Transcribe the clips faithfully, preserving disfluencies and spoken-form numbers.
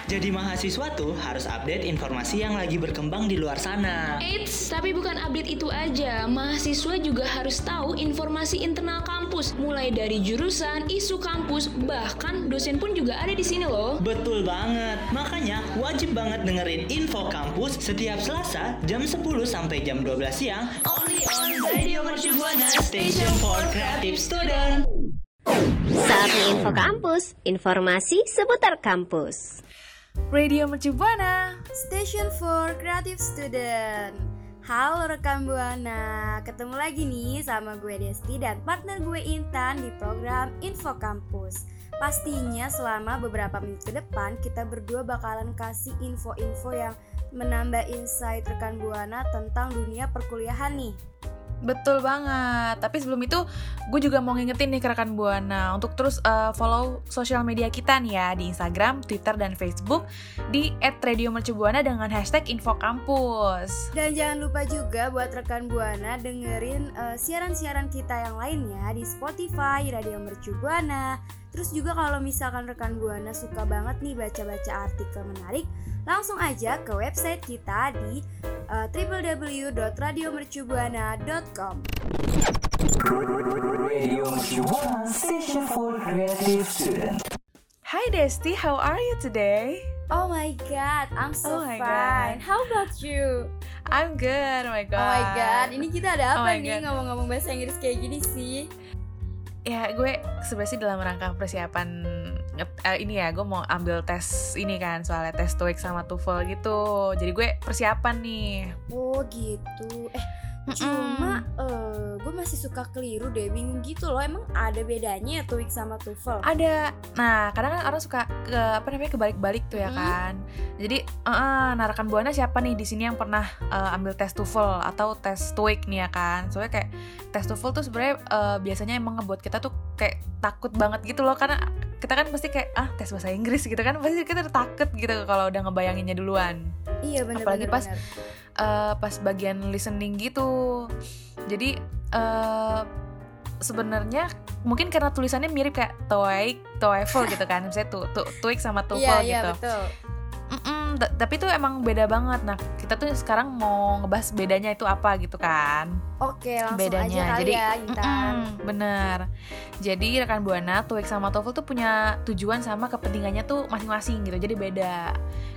Jadi mahasiswa tuh harus update informasi yang lagi berkembang di luar sana. Eits, tapi bukan update itu aja. Mahasiswa juga harus tahu informasi internal kampus, mulai dari jurusan, isu kampus, bahkan dosen pun juga ada di sini loh. Betul banget. Makanya wajib banget dengerin Info Kampus setiap Selasa jam sepuluh sampai jam dua belas siang. Only on Radio Mercu Buana, Station for Creative Student. Saatnya Info Kampus, informasi seputar kampus. Radio Mercu Buana, Station for Creative Student. Halo rekan Buana, ketemu lagi nih sama gue Desti dan partner gue Intan di program Info Kampus. Pastinya selama beberapa menit ke depan kita berdua bakalan kasih info-info yang menambah insight rekan Buana tentang dunia perkuliahan nih. betul banget. Tapi sebelum itu, gue juga mau ngingetin nih ke rekan Buana untuk terus uh, follow sosial media kita nih ya di Instagram, Twitter, dan Facebook di et radio mercubuana dengan hashtag infokampus. Dan jangan lupa juga buat rekan Buana dengerin uh, siaran-siaran kita yang lainnya di Spotify, Radio Mercu Buana. Terus juga kalau misalkan rekan Buana suka banget nih baca-baca artikel menarik, langsung aja ke website kita di uh, w w w dot radio mercubuana dot com. Radio Mercu Buana, Station for Creative Student. Hi Desti, how are you today? Oh my god, I'm so Oh my fine. God. How about you? I'm good, oh my god. Oh my god, ini kita ada Oh apa my nih God. ngomong-ngomong bahasa Inggris kayak gini sih? Ya gue sebenarnya sih dalam rangka persiapan uh, ini ya, gue mau ambil tes ini kan, soalnya tes TOEIC sama TOEFL gitu. Jadi gue persiapan nih. Oh gitu. Eh cuma uh, gue masih suka keliru deh, bingung gitu loh. Emang ada bedanya ya TOEIC sama TOEFL? Ada. Nah, kadang kan orang suka ke apa namanya kebalik-balik tuh ya Mm. kan. Jadi, uh, nah rekan Buana siapa nih di sini yang pernah uh, ambil tes TOEFL atau tes TOEIC nih ya kan? Soalnya kayak tes TOEFL tuh sebenarnya uh, biasanya emang ngebuat kita tuh kayak takut banget gitu loh, karena kita kan pasti kayak ah tes bahasa Inggris gitu kan, pasti kita udah takut gitu kalau udah ngebayanginnya duluan. Iya benar. Apalagi pas uh, pas bagian listening gitu. Jadi uh, sebenarnya mungkin karena tulisannya mirip kayak TOEIC, TOEFL gitu kan, misalnya tuh tu, TOEIC sama TOEFL iya, gitu. Iya betul. Mm-mm, t- tapi itu emang beda banget. Nah kita tuh sekarang mau ngebahas bedanya itu apa gitu kan. Oke langsung Bedanya. aja kali Jadi, ya Intan. Mm-mm, bener. Jadi rekan Buana, TOEIC sama TOEFL tuh punya tujuan sama kepentingannya tuh masing-masing gitu. Jadi beda.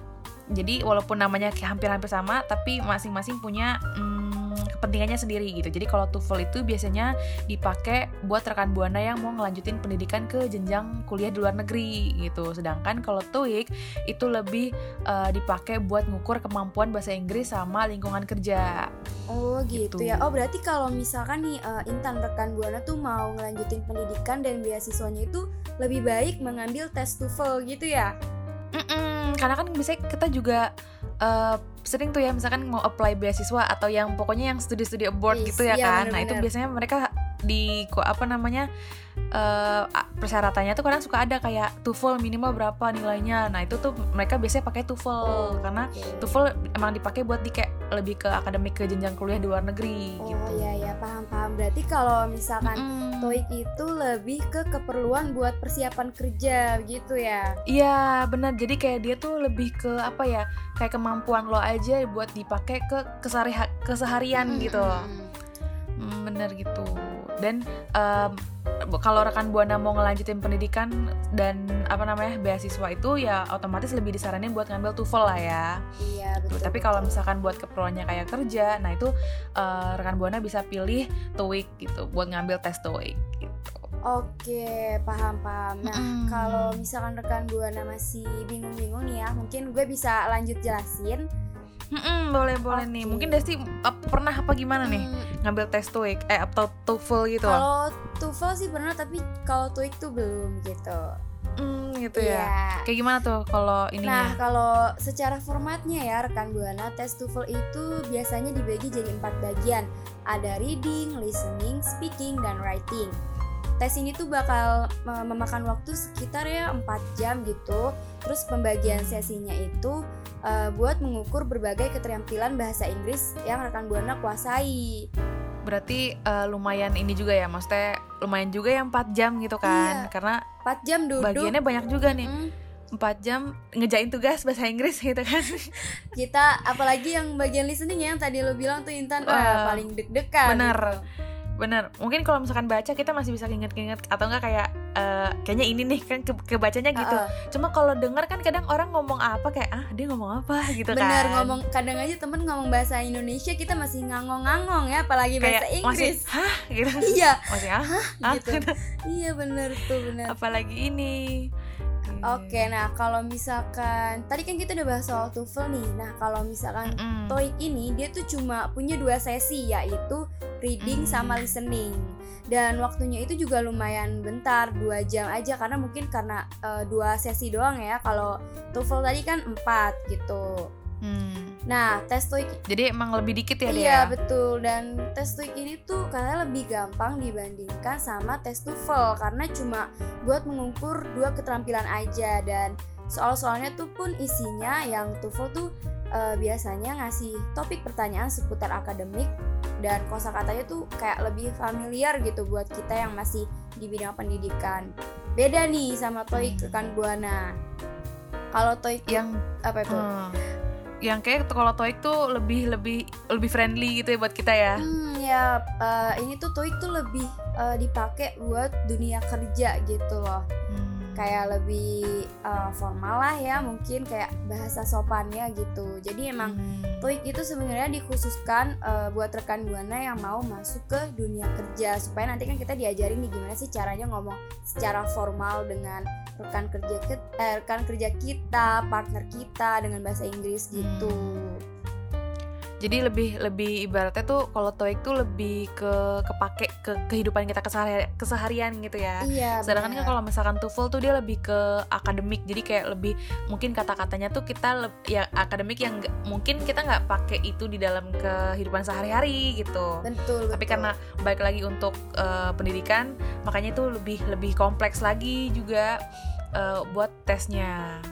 Jadi walaupun namanya kayak hampir-hampir sama, tapi masing-masing punya hmm, kepentingannya sendiri gitu. Jadi kalau TOEFL itu biasanya dipakai buat rekan Buana yang mau ngelanjutin pendidikan ke jenjang kuliah di luar negeri gitu. Sedangkan kalau TOEIC itu lebih uh, dipakai buat ngukur kemampuan bahasa Inggris sama lingkungan kerja. Oh gitu, Gitu. ya. Oh berarti kalau misalkan nih uh, Intan rekan Buana tuh mau ngelanjutin pendidikan dan beasiswanya itu lebih baik mengambil tes TOEFL gitu ya? Mm-mm, karena kan biasanya kita juga uh, sering tuh ya misalkan mau apply beasiswa atau yang pokoknya yang studi-studi abroad Yes, gitu ya iya, kan. Nah bener-bener. itu biasanya mereka di ko- apa namanya uh, persyaratannya tuh kadang suka ada kayak TOEFL minimal berapa nilainya. Nah itu tuh mereka biasanya pakai TOEFL karena Oke. TOEFL emang dipakai buat di kayak lebih ke akademik ke jenjang kuliah di luar negeri Oh gitu. iya ya paham-paham. Berarti kalau misalkan Mm-mm. TOEIC itu lebih ke keperluan buat persiapan kerja gitu ya? Iya benar, jadi kayak dia tuh lebih ke apa ya, kayak kemampuan lo aja buat dipakai ke kesehari- keseharian gitu. Hmm, bener gitu. Dan um, kalau rekan Buana mau ngelanjutin pendidikan dan apa namanya beasiswa itu ya otomatis lebih disaranin buat ngambil TOEFL lah ya. Iya Tuh, betul. tapi kalau misalkan buat keperluannya kayak kerja, nah itu uh, rekan Buana bisa pilih TOEIC gitu buat ngambil tes TOEIC gitu. Oke paham-paham. Nah Mm-mm. kalau misalkan rekan Buana masih bingung-bingung nih ya, mungkin gue bisa lanjut jelasin. Mm-mm, boleh boleh nih. Oke. Mungkin Desti uh, pernah apa gimana nih Hmm, ngambil tes TOEIC eh atau TOEFL gitu? Kalau TOEFL sih pernah, tapi kalau TOEIC tuh belum gitu. Hmm, gitu ya. Iya. Kayak gimana tuh kalau Nah, ininya? kalau secara formatnya ya rekan Buana, tes TOEFL itu biasanya dibagi jadi empat bagian. Ada reading, listening, speaking, dan writing. Tes ini tuh bakal mem- memakan waktu sekitar ya empat jam gitu. Terus pembagian sesinya itu uh, buat mengukur berbagai keterampilan bahasa Inggris yang rekan Buana kuasai. Berarti uh, lumayan ini juga ya, maksudnya lumayan juga ya empat jam gitu kan. Iya. Karena empat jam duduk. bagiannya banyak juga nih. Mm, empat jam ngejain tugas bahasa Inggris gitu kan. Kita apalagi yang bagian listening ya, yang tadi lo bilang tuh Intan, wah Uh, paling deg-degan. bener. Gitu. Bener, mungkin kalau misalkan baca kita masih bisa inget-inget atau enggak kayak uh, kayaknya ini nih kan ke- kebacanya gitu. Uh-uh. Cuma kalau dengar kan kadang orang ngomong apa kayak ah dia ngomong apa gitu kan. Bener, ngomong kadang aja temen ngomong bahasa Indonesia kita masih ngangong-ngangong ya, apalagi bahasa kayak Inggris. masih hah gitu. Iya, Masih ah, ah gitu. Iya bener tuh, bener. apalagi ini. Oke, nah kalau misalkan tadi kan kita udah bahas soal TOEFL nih. Nah kalau misalkan Mm-mm. TOEIC ini dia tuh cuma punya dua sesi, yaitu reading Mm. sama listening. Dan waktunya itu juga lumayan bentar, dua jam aja, karena mungkin karena uh, dua sesi doang ya. Kalau TOEFL tadi kan empat gitu. Hmm. Nah tes TOEIC, Jadi emang lebih dikit ya dia. iya betul, dan tes TOEIC ini tuh katanya lebih gampang dibandingkan sama tes TOEFL karena cuma buat mengukur dua keterampilan aja, dan soal-soalnya tuh pun isinya yang TOEFL tuh uh, biasanya ngasih topik pertanyaan seputar akademik dan kosakatanya tuh kayak lebih familiar gitu buat kita yang masih di bidang pendidikan. Beda nih sama TOEIC rekan Buana. Kalau TOEIC Yang apa itu? hmm, yang kayak kalau TOEIC tuh lebih lebih lebih friendly gitu ya buat kita ya. Hmm ya uh, ini tuh TOEIC tuh lebih uh, dipakai buat dunia kerja gitu loh. Hmm. Kayak lebih uh, formal lah ya, mungkin kayak bahasa sopannya gitu. Jadi emang Hmm. TOEIC itu sebenarnya dikhususkan uh, buat rekan Buana yang mau masuk ke dunia kerja, supaya nanti kan kita diajarin nih gimana sih caranya ngomong secara formal dengan rekan kerja ke- eh, rekan kerja kita, partner kita dengan bahasa Inggris gitu. Hmm. Jadi lebih lebih ibaratnya tuh kalau TOEIC tuh lebih ke kepake ke kehidupan kita kesehari- keseharian gitu ya. Iya. Sedangkan kan benar. kalau misalkan TOEFL tuh dia lebih ke akademik, jadi kayak lebih mungkin kata-katanya tuh kita le- ya akademik yang nggak- mungkin kita nggak pakai itu di dalam kehidupan sehari-hari gitu. betul, Tapi betul. karena baik lagi untuk uh, pendidikan, makanya itu lebih lebih kompleks lagi juga uh, buat tesnya.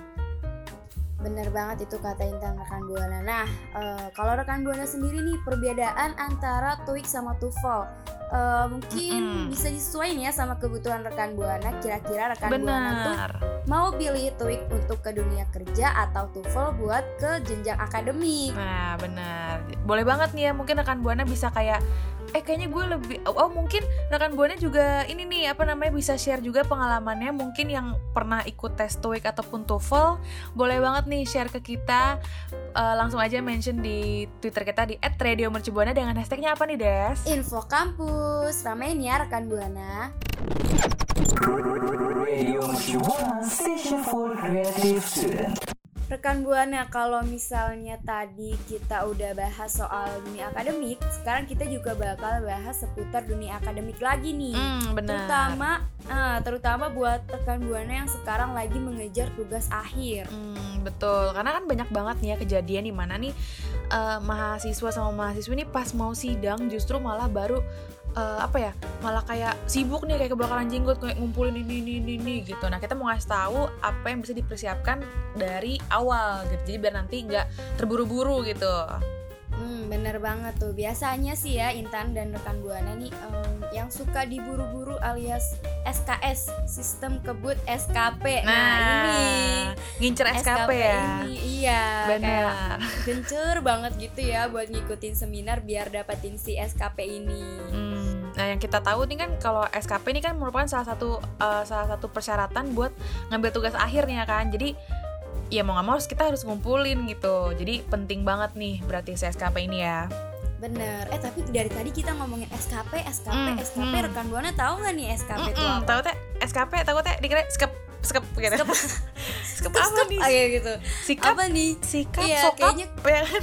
Bener banget itu kata Intan rekan Buana. Nah, uh, kalau rekan Buana sendiri nih perbedaan antara TOEIC sama TOEFL, uh, mungkin Mm-mm. bisa disesuaiin ya sama kebutuhan rekan Buana. Kira-kira rekan Buana tuh Benar. mau pilih TOEIC untuk ke dunia kerja atau TOEFL buat ke jenjang akademik. Nah, benar. Boleh banget nih ya, mungkin rekan Buana bisa kayak eh kayaknya gue lebih oh, oh mungkin rekan Buana juga ini nih apa namanya bisa share juga pengalamannya, mungkin yang pernah ikut tes TOEIC ataupun TOEFL. Boleh banget nih share ke kita. Uh, langsung aja mention di Twitter kita di et radio mercubuana dengan hashtagnya apa nih, Des? Info kampus, ramein ya rekan Buana. Radio Mercubuana, station for creative student. Rekan Buana, kalau misalnya tadi kita udah bahas soal dunia akademik, sekarang kita juga bakal bahas seputar dunia akademik lagi nih. Hmm, benar. Terutama, uh, terutama buat rekan Buana yang sekarang lagi mengejar tugas akhir. Hmm, betul, karena kan banyak banget nih ya kejadian di mana nih uh, mahasiswa sama mahasiswi nih pas mau sidang justru malah baru uh, apa ya, malah kayak sibuk nih kayak kebakaran jenggot kayak ngumpulin ini ini ini, ini gitu. Nah kita mau ngasih tahu apa yang bisa dipersiapkan dari awal gitu, jadi biar nanti nggak terburu-buru gitu. Hmm, bener banget tuh. Biasanya sih ya Intan dan rekan Buana nih um, yang suka diburu-buru alias S K S, sistem kebut S K P. Nah, ini ngincer S K P ya. ini, iya. Kayak Benar. gencer banget gitu ya buat ngikutin seminar biar dapetin si S K P ini. Hmm, nah yang kita tahu nih kan kalau S K P ini kan merupakan salah satu uh, salah satu persyaratan buat ngambil tugas akhirnya kan. Jadi ya mau nggak mau harus kita harus ngumpulin gitu. Jadi penting banget nih berarti si S K P ini ya. Bener. Eh tapi dari tadi kita ngomongin S K P, S K P, Hmm, S K P. hmm. Rekan Buana tahu nggak nih S K P itu Mm-mm, apa? tahu teh S K P tahu teh dikira skep skep gitu. Skep. Skep apa nih? Ah, iya gitu. Sikap Apa nih? sikap Iya, sokap kayaknya ya kan?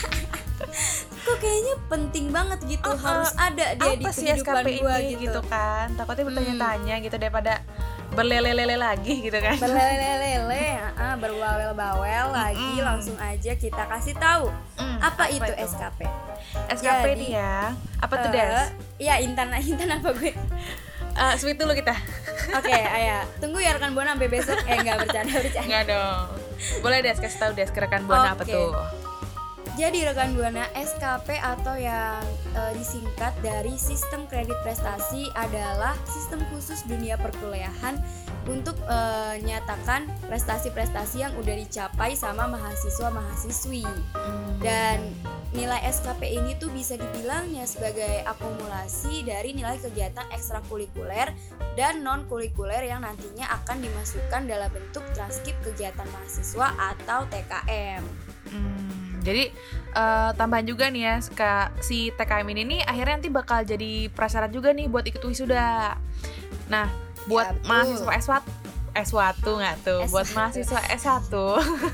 kok kayaknya penting banget gitu, Uh-uh. harus ada dia di Apa sih S K kehidupan P gua ini gitu. gitu kan? Takutnya bertanya-tanya gitu daripada berlele-lele lagi gitu kan. Berlele-lele, uh, berbawel-bawel lagi, Mm-mm. langsung aja kita kasih tahu Hmm, apa, itu S K P. S K P Jadi, nih ya. Apa tuh, Eh, Des? Iya, Intan, Intan apa gue? Uh, sweet dulu kita. Oke, ayah. Tunggu ya rekan Buana sampai besok. Eh, enggak bercanda, bercanda. Enggak dong. Boleh Des kasih tahu Des ke rekan Buana apa Oke. tuh? Jadi rekan Buana, S K P atau yang e, disingkat dari Sistem Kredit Prestasi adalah sistem khusus dunia perkuliahan untuk uh, nyatakan prestasi-prestasi yang udah dicapai sama mahasiswa-mahasiswi. Hmm. Dan nilai S K P ini tuh bisa dibilangnya sebagai akumulasi dari nilai kegiatan ekstrakurikuler dan non-kurikuler yang nantinya akan dimasukkan dalam bentuk transkrip kegiatan mahasiswa atau T K M. Hmm, jadi uh, tambahan juga nih ya, si T K M ini nih akhirnya nanti bakal jadi prasyarat juga nih buat ikut wisuda. Nah, buat Ya, mahasiswa S satu S satu nggak tuh? S satu. Buat mahasiswa S satu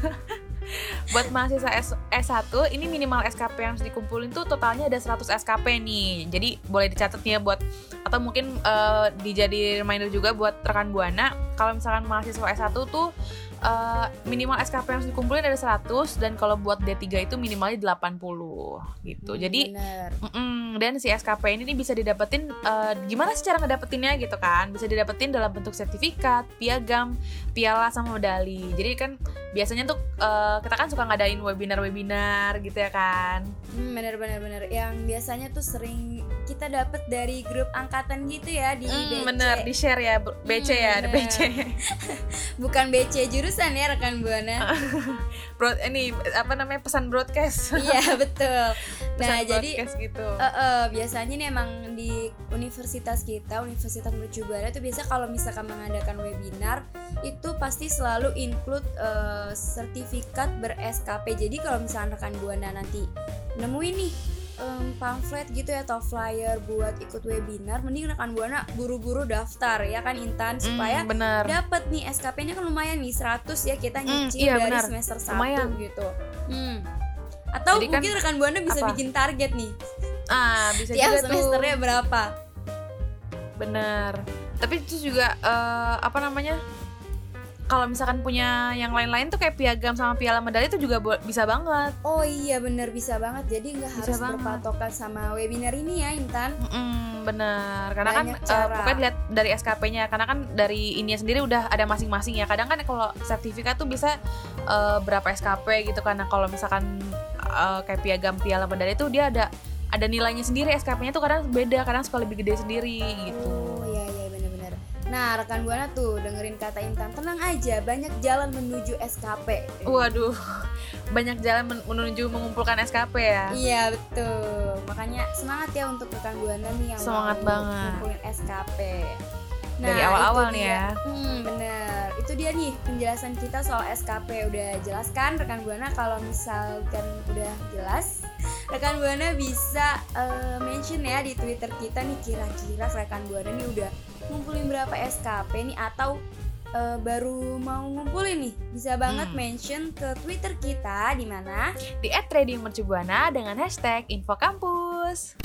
buat mahasiswa S, S1 ini minimal S K P yang harus dikumpulin tuh totalnya ada seratus S K P nih. Jadi boleh dicatat nih ya buat, atau mungkin uh, dijadi reminder juga buat rekan Buana kalau misalkan mahasiswa S satu tuh uh, minimal S K P yang harus dikumpulin ada seratus, dan kalau buat D tiga itu minimalnya delapan puluh gitu. Hmm, Jadi bener. dan si S K P ini nih bisa didapetin uh, gimana sih cara ngedapetinnya gitu kan? Bisa didapetin dalam bentuk sertifikat, piagam, piala sama medali. Jadi kan biasanya tuh uh, kita kan suka ngadain webinar-webinar gitu ya kan. Hmm, bener-bener yang biasanya tuh sering kita dapet dari grup angkatan gitu ya di Hmm, B C. bener, di share ya B C Hmm, ya, ada B C. Bukan B C jurusan ya rekan Buana. Broad ini apa namanya, pesan broadcast. Iya betul. Nah Pesan jadi broadcast gitu. uh, uh, biasanya nih emang di universitas kita, Universitas Mercu Buana itu biasa kalau misalkan mengadakan webinar itu pasti selalu include uh, sertifikat ber-S K P. Jadi kalau misalkan rekan Buana nanti nemuin nih um, pamflet gitu ya atau flyer buat ikut webinar, mending rekan Buana buru-buru daftar ya kan Intan, supaya Hmm, bener. dapat nih S K P-nya kan lumayan nih seratus ya kita Hmm, nyicil iya, dari benar. semester Lumayan. satu gitu. Hmm. Atau Jadi kan mungkin rekan Buana bisa apa? bikin target nih. Ah, bisa Tiap juga tuh. semesternya berapa? Bener. Tapi itu juga eh, apa namanya? Kalau misalkan punya yang lain-lain tuh kayak piagam sama piala medali itu juga bo- bisa banget. Oh iya bener bisa banget. Jadi nggak Bisa harus banget. berpatokan sama webinar ini ya Intan. Mm, bener. Karena Banyak kan eh, cara. pokoknya lihat dari S K P-nya. Karena kan dari ininya sendiri udah ada masing-masing ya. Kadang kan kalau sertifikat tuh bisa eh, berapa S K P gitu. Karena kalau misalkan eh, kayak piagam piala medali itu dia ada ada nilainya sendiri. S K P-nya tuh kadang beda. Kadang suka lebih gede sendiri gitu. Oh iya iya bener-bener. Nah rekan Buana tuh dengerin kata Intan, tenang aja, banyak jalan menuju S K P. Waduh, banyak jalan men- menuju mengumpulkan S K P ya. Iya betul. Makanya semangat ya untuk rekan Buana nih yang Semangat mau banget. ngumpulin S K P. Dari awal-awal itu nih dia. ya. Hmm bener. Itu dia nih penjelasan kita soal S K P. Udah jelas kan rekan Buana? Kalau misalkan udah jelas, rekan Buana bisa uh, mention ya di Twitter kita nih, kira-kira rekan Buana nih udah ngumpulin berapa S K P nih, atau uh, baru mau ngumpulin nih, bisa banget Hmm. mention ke Twitter kita di mana? Di at Radio Mercu Buana dengan hashtag Info Kampus.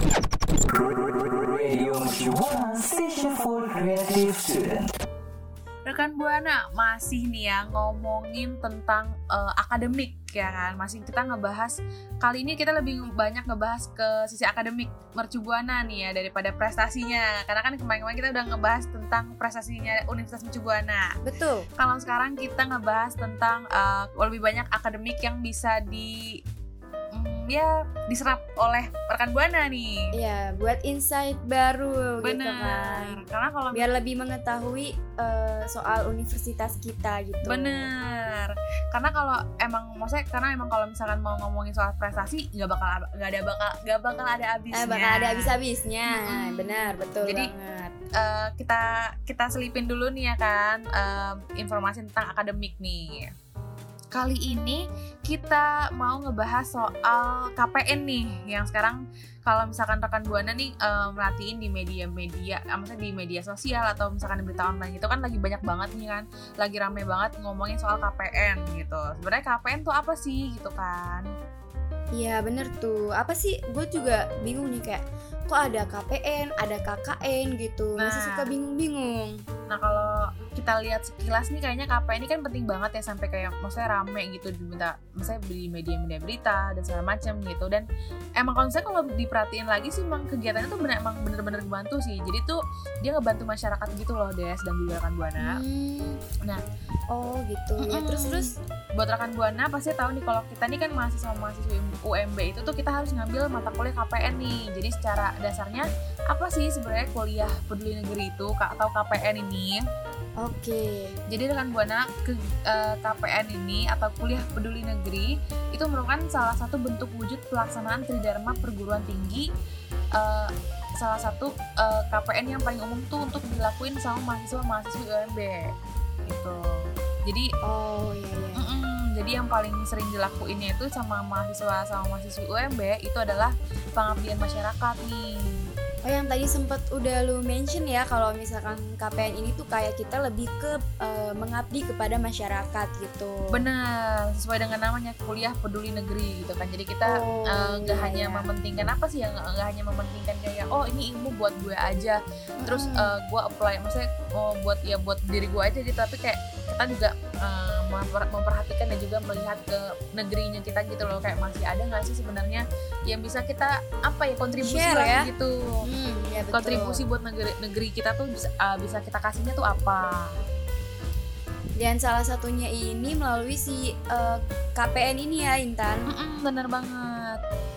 Radio Mercu Buana, Station for Creative Student. Rekan Buana masih nih ya ngomongin tentang uh, akademik ya kan. Masih kita ngebahas, kali ini kita lebih banyak ngebahas ke sisi akademik Mercu Buana nih ya daripada prestasinya. Karena kan kemarin-kemarin kita udah ngebahas tentang prestasinya Universitas Mercu Buana. Betul. Kalau sekarang kita ngebahas tentang uh, lebih banyak akademik yang bisa di mm, ya diserap oleh rekan Buana nih. Iya, buat insight baru gitu Bener. kan. Karena kalau Biar lebih mengetahui uh, soal universitas kita gitu. bener. Karena kalau emang maksudnya karena emang kalau misalkan mau ngomongin soal prestasi nggak bakal nggak ada bakal nggak bakal ada habisnya. Eh, bakal ada habis-habisnya. Mm-mm. Benar, betul Jadi, banget. Eh, kita kita selipin dulu nih ya kan eh, informasi tentang akademik nih. Kali ini kita mau ngebahas soal K P N nih, yang sekarang kalau misalkan rekan Buana nih eh, merhatiin di media-media, eh, maksudnya di media sosial atau misalkan di berita online itu kan lagi banyak banget nih kan, lagi rame banget ngomongin soal K P N gitu. Sebenarnya K P N tuh apa sih gitu kan? Iya bener tuh. Apa sih? Gue juga bingung nih, kayak kok ada K P N, ada K K N gitu. Masih Nah. suka bingung-bingung. Nah kalau kita lihat sekilas nih kayaknya K P N ini kan penting banget ya, sampai kayak maksudnya rame gitu diminta, misalnya di media-media berita dan segala macam gitu. Dan emang kalau misalnya kalau diperhatiin lagi sih emang kegiatannya tuh bener, emang bener-bener ngebantu sih. Jadi tuh dia ngebantu masyarakat gitu loh Des dan juga rekan Buana. Hmm. Nah. Oh gitu. Ya Mm-mm. terus terus. Buat rekan Buana pasti tahu nih kalau kita nih kan mahasiswa-mahasiswa U M B itu tuh kita harus ngambil mata kuliah K P N nih. Jadi secara dasarnya apa sih sebenarnya kuliah peduli negeri itu atau K P N ini? Oke. Jadi rekan Buana, ke, uh, K P N ini atau Kuliah Peduli Negeri itu merupakan salah satu bentuk wujud pelaksanaan Tridharma perguruan tinggi. Uh, salah satu uh, K P N yang paling umum tuh untuk dilakuin sama mahasiswa-mahasiswa U M B gitu. Jadi oh iya iya. Mm-mm, jadi yang paling sering dilakuinnya itu sama mahasiswa sama mahasiswa U M B itu adalah pengabdian masyarakat nih. Oh yang tadi sempat udah lu mention ya kalau misalkan K P N ini tuh kayak kita lebih ke uh, mengabdi kepada masyarakat gitu. Benar, sesuai dengan namanya Kuliah Peduli Negeri gitu kan. Jadi kita Oh, nggak uh, iya, hanya iya. mementingkan apa sih ya, nggak hanya mementingkan kayak oh ini ilmu buat gue aja. Terus Mm. uh, gue apply, maksudnya mau buat ya buat diri gue aja gitu. Tapi kayak kita juga uh, memper- memperhatikan dan juga melihat ke negerinya kita gitu loh. Kayak masih ada nggak sih sebenarnya yang bisa kita apa ya kontribusi Share lah ya. gitu. Hmm, ya betul. Kontribusi buat negeri negeri kita tuh bisa uh, bisa kita kasihnya tuh apa? Dan salah satunya ini melalui si uh, K P N ini ya Intan. Mm-mm, bener banget.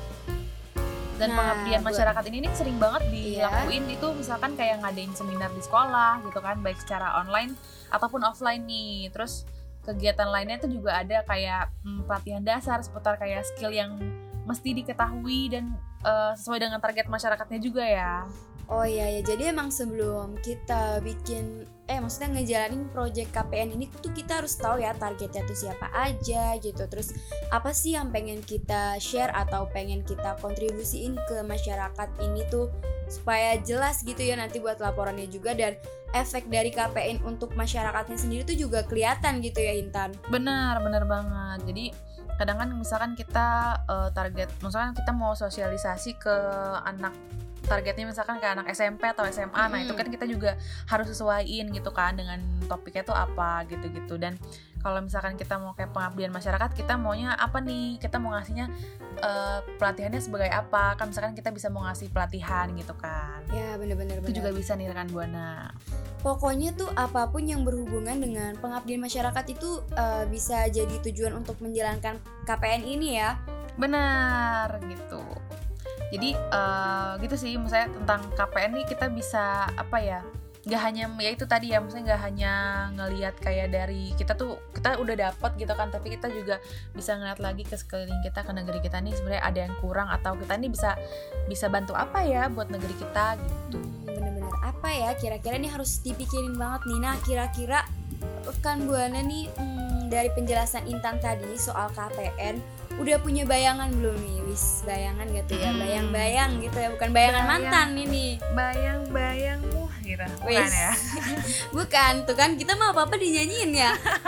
Dan Nah, pengabdian buat- masyarakat ini nih sering banget Iya. dilakuin itu misalkan kayak ngadain seminar di sekolah gitu kan, baik secara online ataupun offline nih. Terus kegiatan lainnya itu juga ada kayak hmm, pelatihan dasar seputar kayak skill yang mesti diketahui dan uh, sesuai dengan target masyarakatnya juga ya. Oh iya ya, jadi emang sebelum kita bikin eh maksudnya ngejalanin project K P N ini tuh kita harus tahu ya targetnya tuh siapa aja gitu. Terus apa sih yang pengen kita share atau pengen kita kontribusiin ke masyarakat ini tuh supaya jelas gitu ya nanti buat laporannya juga, dan efek dari K P N untuk masyarakatnya sendiri tuh juga kelihatan gitu ya Intan. Benar, benar banget. Jadi kadang kan misalkan kita uh, target, misalkan kita mau sosialisasi ke anak, targetnya misalkan ke anak S M P atau S M A, nah Mm-hmm. itu kan kita juga harus sesuaiin gitu kan dengan topiknya tuh apa gitu-gitu. Dan kalau misalkan kita mau kayak pengabdian masyarakat, kita maunya apa nih, kita mau ngasihnya uh, pelatihannya sebagai apa, kan misalkan kita bisa mau ngasih pelatihan gitu kan, Ya bener-bener itu juga bisa nih rekan Buana. Pokoknya tuh apapun yang berhubungan dengan pengabdian masyarakat itu uh, bisa jadi tujuan untuk menjalankan K P N ini ya. Benar gitu. Jadi uh, gitu sih, misalnya tentang K P N nih kita bisa apa ya, nggak hanya ya itu tadi ya, maksudnya nggak hanya ngelihat kayak dari kita tuh kita udah dapat gitu kan, tapi kita juga bisa ngeliat lagi ke sekeliling kita, ke negeri kita nih sebenarnya ada yang kurang atau kita nih bisa bisa bantu apa ya buat negeri kita gitu. Bener-bener apa ya kira-kira ini harus dipikirin banget nih. Nah kira-kira kan Buana nih hmm, dari penjelasan Intan tadi soal K P N udah punya bayangan belum nih? Wis bayangan gitu ya, Hmm. bayang-bayang gitu ya, bukan bayangan Bayang. mantan ini. Bayang-bayangmu gitu, bukan Wis. ya? Bukan, tuh kan kita mah apa-apa dinyanyiin ya.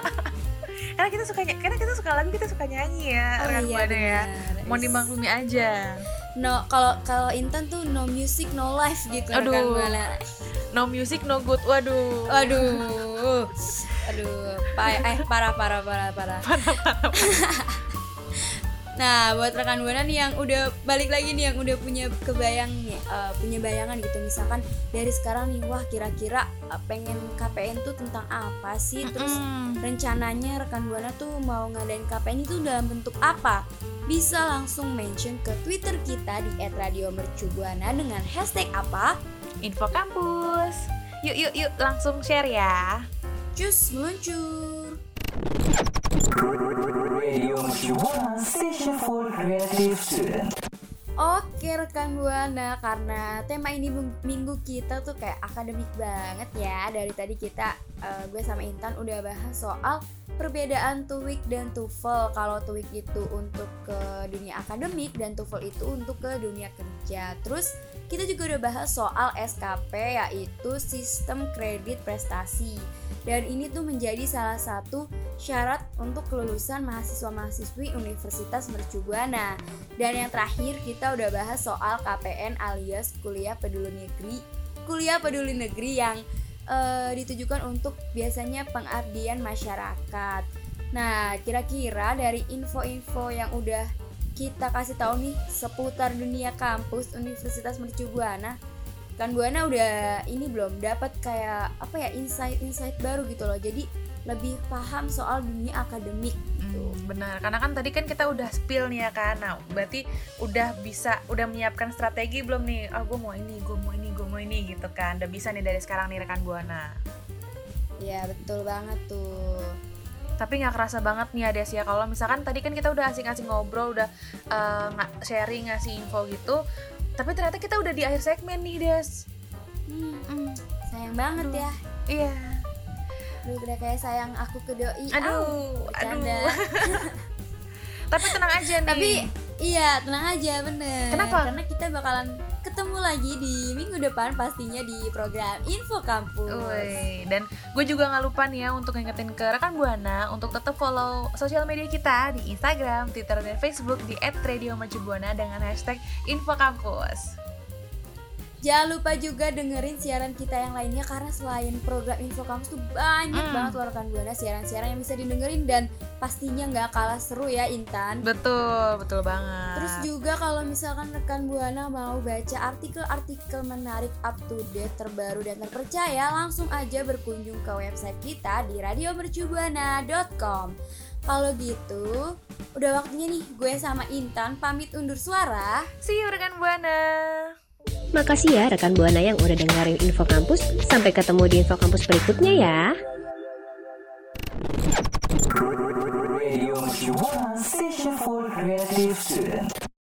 Karena kita suka ny- karena kita suka lagu, kita suka nyanyi ya, Oh rekan iya Buana ya. benar. Mau Wis. dimaklumi aja. No, kalau kalau Intan tuh no music no life gitu Aduh. rekan Buana. No music no good. Waduh. Aduh. Aduh, pa- eh parah parah parah parah. Nah, buat rekan Buana nih yang udah balik lagi nih, yang udah punya kebayang nih, uh, punya bayangan gitu, misalkan dari sekarang nih, wah kira-kira uh, pengen K P N tuh tentang apa sih? Terus Mm-mm. rencananya rekan Buana tuh mau ngadain K P N itu dalam bentuk apa? Bisa langsung mention ke Twitter kita di et radio mercubuana dengan hashtag apa? Info kampus. Yuk yuk yuk langsung share ya. Cus meluncur. Radio Mercubuana, station for creative student. Oke rekan Buana, karena tema ini ming- minggu kita tuh kayak akademik banget ya. Dari tadi kita, uh, gue sama Intan udah bahas soal perbedaan TOEIC dan TOEFL. Kalau TOEIC itu untuk ke dunia akademik dan TOEFL itu untuk ke dunia kerja. Terus kita juga udah bahas soal S K P, yaitu sistem kredit prestasi. Dan ini tuh menjadi salah satu syarat untuk kelulusan mahasiswa-mahasiswi Universitas Mercubuana. Dan yang terakhir kita udah bahas soal K P N alias kuliah peduli negeri. Kuliah peduli negeri yang uh, ditujukan untuk biasanya pengabdian masyarakat. Nah, kira-kira dari info-info yang udah kita kasih tahu nih seputar dunia kampus Universitas Mercubuana, kan Buana udah ini belum dapat kayak apa ya insight-insight baru gitu loh. Jadi lebih paham soal dunia akademik gitu. Hmm, benar, karena kan tadi kan kita udah spill nih ya kan. Nah, berarti udah bisa, udah menyiapkan strategi belum nih? Ah, gue mau ini, gue mau ini, gue mau ini gitu kan. Udah bisa nih dari sekarang nih rekan Buana. Iya betul banget tuh. Tapi nggak kerasa banget nih Ades ya, kalau misalkan tadi kan kita udah asik-asik ngobrol, udah uh, ng- sharing, ngasih info gitu, tapi ternyata kita udah di akhir segmen nih Des. Hmm, hmm. Sayang banget Aduh. ya. Iya. Aduh, udah kayak sayang aku ke doi. Aduh, Au, bercanda. aduh. Tapi tenang aja nih. Tapi iya tenang aja bener. Kenapa? Karena kita bakalan ketemu lagi di minggu depan pastinya di program Info Kampus. Uy, dan gue juga gak lupa nih ya untuk ngingetin ke rekan Buana untuk tetap follow sosial media kita di Instagram, Twitter, dan Facebook di et radio mercubuana dengan hashtag Infokampus. Jangan lupa juga dengerin siaran kita yang lainnya, karena selain program Info Kampus tuh banyak Hmm. banget loh rekan Buana siaran-siaran yang bisa didengerin dan pastinya nggak kalah seru ya Intan. Betul, betul banget. Terus juga kalau misalkan rekan Buana mau baca artikel-artikel menarik, up to date, terbaru dan terpercaya, langsung aja berkunjung ke website kita di radio mercubuana dot com. Kalau gitu, udah waktunya nih gue sama Intan pamit undur suara. See you rekan Buana. Makasih ya rekan Buana yang udah dengerin Info Kampus. Sampai ketemu di Info Kampus berikutnya ya. Radio Mercubuana, Station for Creative Student.